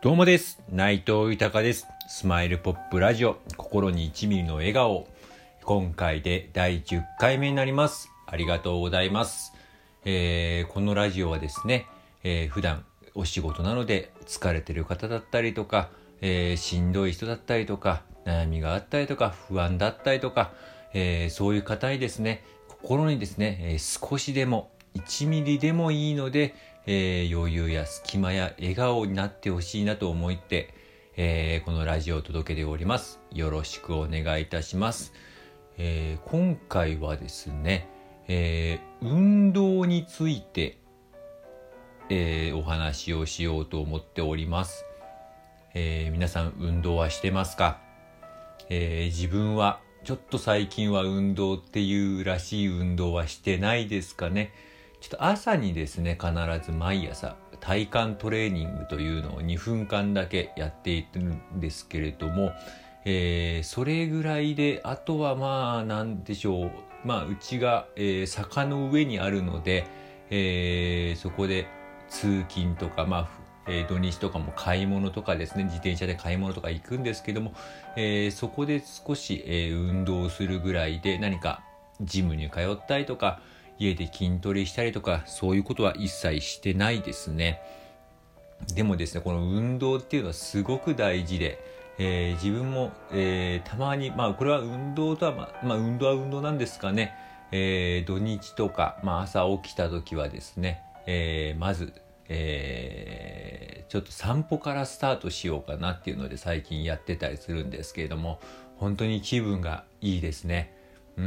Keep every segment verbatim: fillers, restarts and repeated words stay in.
どうもです。内藤豊です。スマイルポップラジオ、心にいちミリの笑顔。今回でだいじゅっかいめになります。ありがとうございます。えー、このラジオはですね、えー、普段お仕事なので疲れてる方だったりとか、えー、しんどい人だったりとか、悩みがあったりとか、不安だったりとか、えー、そういう方にですね、心にですね、えー、少しでもいちミリでもいいので、えー、余裕や隙間や笑顔になってほしいなと思って、えー、このラジオを届けております。よろしくお願いいたします。えー、今回はですね、えー、運動について、えー、お話をしようと思っております。えー、皆さん運動はしてますか？えー、自分はちょっと最近は運動っていうらしい運動はしてないですかね。ちょっと朝にですね、必ず毎朝体幹トレーニングというのをにふんかんだけやっているんですけれども、えー、それぐらいで、あとはまあなんでしょう、まあうちが、えー、坂の上にあるので、えー、そこで通勤とか、まあえー、土日とかも買い物とかですね、自転車で買い物とか行くんですけども、えー、そこで少し、えー、運動するぐらいで、何かジムに通ったりとか家で筋トレしたりとか、そういうことは一切してないですね。でもですね、この運動っていうのはすごく大事で、えー、自分も、えー、たまに、まあこれは運動とは、まあ、まあ、運動は運動なんですかね、えー、土日とか、まあ、朝起きた時はですね、えー、まず、えー、ちょっと散歩からスタートしようかなっていうので最近やってたりするんですけれども、本当に気分がいいですね。うん、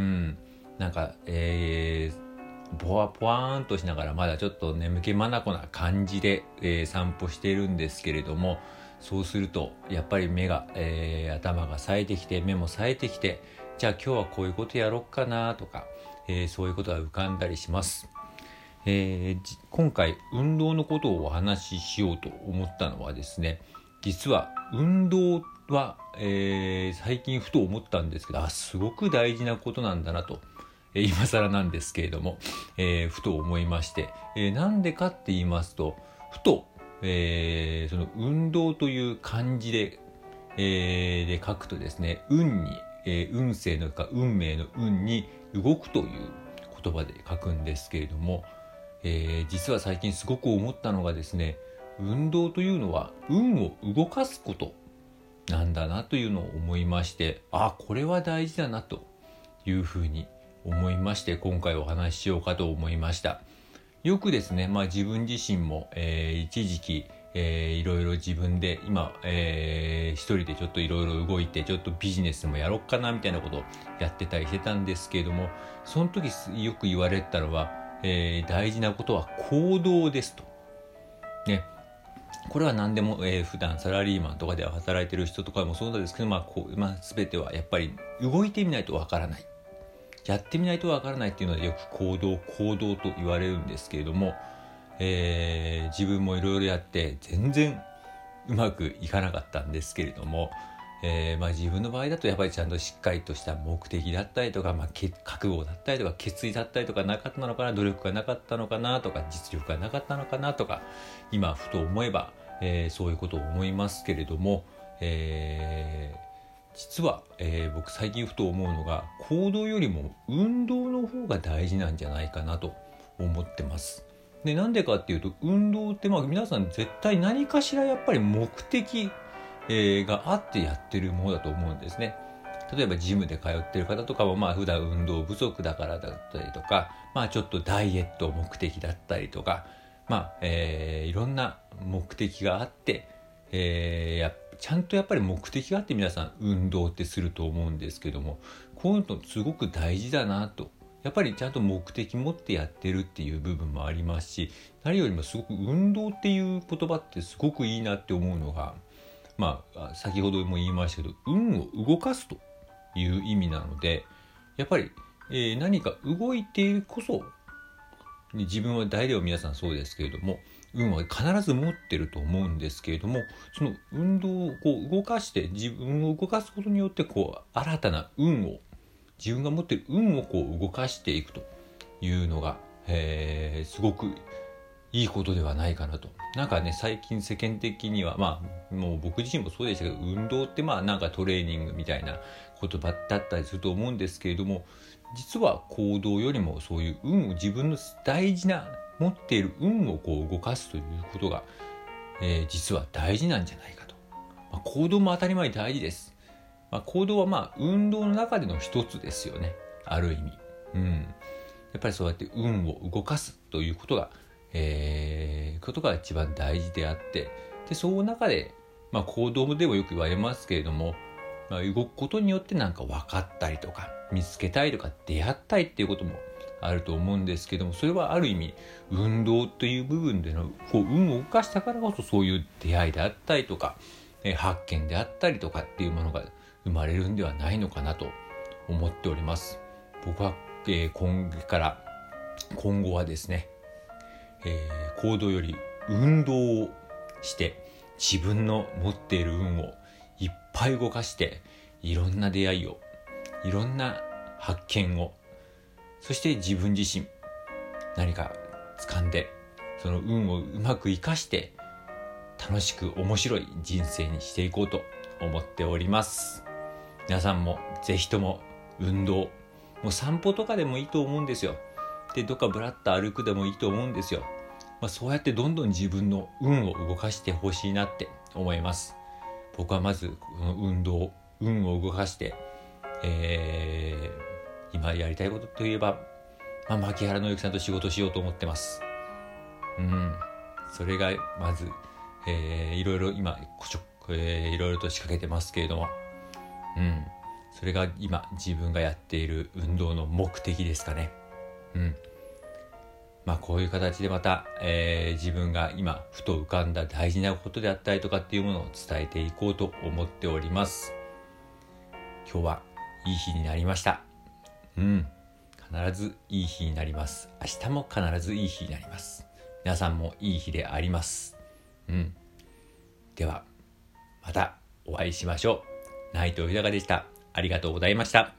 なんか、えーポワポワーンとしながら、まだちょっと眠気まなこな感じで、えー、散歩しているんですけれども、そうするとやっぱり目が、えー、頭が冴えてきて、目も冴えてきて、じゃあ今日はこういうことやろっかなとか、えー、そういうことが浮かんだりします。えー、今回運動のことをお話ししようと思ったのはですね、実は運動は、えー、最近ふと思ったんですけど、あ、すごく大事なことなんだなと、えー、今更なんですけれども、えー、ふと思いまして、えー、なんでかって言いますと、ふと、えー、その運動という漢字で、えー、で書くとですね、運に、えー、運勢のか運命の運に動くという言葉で書くんですけれども、えー、実は最近すごく思ったのがですね、運動というのは運を動かすことなんだなというのを思いまして、あ、これは大事だなというふうに思いまして、今回お話ししようかと思いました。よくですね、まあ自分自身も、えー、一時期、えー、いろいろ自分で今、えー、一人でちょっといろいろ動いて、ちょっとビジネスもやろうかなみたいなことをやってたりしてたんですけれども、その時よく言われたのは、えー、大事なことは行動ですと。ね。これは何でも、えー、普段サラリーマンとかでは働いてる人とかもそうなんですけど、まあこう、まあ、全てはやっぱり動いてみないとわからない。やってみないとわからないっていうので、よく行動行動と言われるんですけれども、えー、自分もいろいろやって全然うまくいかなかったんですけれども、えーまあ、自分の場合だとやっぱりちゃんとしっかりとした目的だったりとか、まあ、覚悟だったりとか決意だったりとかなかったのかな、努力がなかったのかなとか、実力がなかったのかなとか、今ふと思えば、えー、そういうことを思いますけれども、えー実は、えー、僕最近ふと思うのが、行動よりも運動の方が大事なんじゃないかなと思ってます。で、なんでかっていうと、運動ってまあ皆さん絶対何かしらやっぱり目的、えー、があってやってるものだと思うんですね。例えばジムで通ってる方とかも、まあ普段運動不足だからだったりとか、まあちょっとダイエット目的だったりとか、まあ、えー、いろんな目的があって、えー、やちゃんとやっぱり目的があって皆さん運動ってすると思うんですけども、こういうのすごく大事だなと。やっぱりちゃんと目的持ってやってるっていう部分もありますし、何よりもすごく運動っていう言葉ってすごくいいなって思うのが、まあ先ほども言いましたけど、運を動かすという意味なので、やっぱり、えー、何か動いているこそ、自分は誰でも皆さんそうですけれども、運は必ず持ってると思うんですけれども、その運動をこう動かして自分を動かすことによって、こう新たな運を、自分が持っている運をこう動かしていくというのが、えー、すごくいいいことではないかなと。なんかね、最近世間的には、まあもう僕自身もそうでしたけど、運動ってまあなんかトレーニングみたいな言葉だったりすると思うんですけれども、実は行動よりもそういう運を、自分の大事な持っている運をこう動かすということが、えー、実は大事なんじゃないかと。まあ、行動も当たり前大事です。まあ、行動はまあ運動の中での一つですよね、ある意味。うん、やっぱりそうやって運を動かすということが、えー、ことが一番大事であって、でその中で、まあ、行動でもよく言われますけれども、まあ、動くことによってなんか分かったりとか見つけたいとか出会ったりっていうこともあると思うんですけども、それはある意味運動という部分でのこう運を動かしたからこそ、そういう出会いであったりとか、えー、発見であったりとかっていうものが生まれるんではないのかなと思っております。僕は、えー、今から今後はですね、えー、行動より運動をして自分の持っている運をいっぱい動かして、いろんな出会いを、いろんな発見を、そして自分自身何か掴んで、その運をうまく生かして楽しく面白い人生にしていこうと思っております。皆さんもぜひとも運動、もう散歩とかでもいいと思うんですよ。でどっかブラッと歩くでもいいと思うんですよ。まあ、そうやってどんどん自分の運を動かしてほしいなって思います。僕はまずこの運動、運を動かして、えー、今やりたいことといえば、まあ、牧原のゆきさんと仕事しようと思ってます。うん、それがまず、えー、いろいろ今、えー、いろいろと仕掛けてますけれども、うん、それが今自分がやっている運動の目的ですかね。うん、まあこういう形でまた、えー、自分が今ふと浮かんだ大事なことであったりとかっていうものを伝えていこうと思っております。今日はいい日になりました。うん、必ずいい日になります。明日も必ずいい日になります。皆さんもいい日であります。うん、ではまたお会いしましょう。内藤豊でした。ありがとうございました。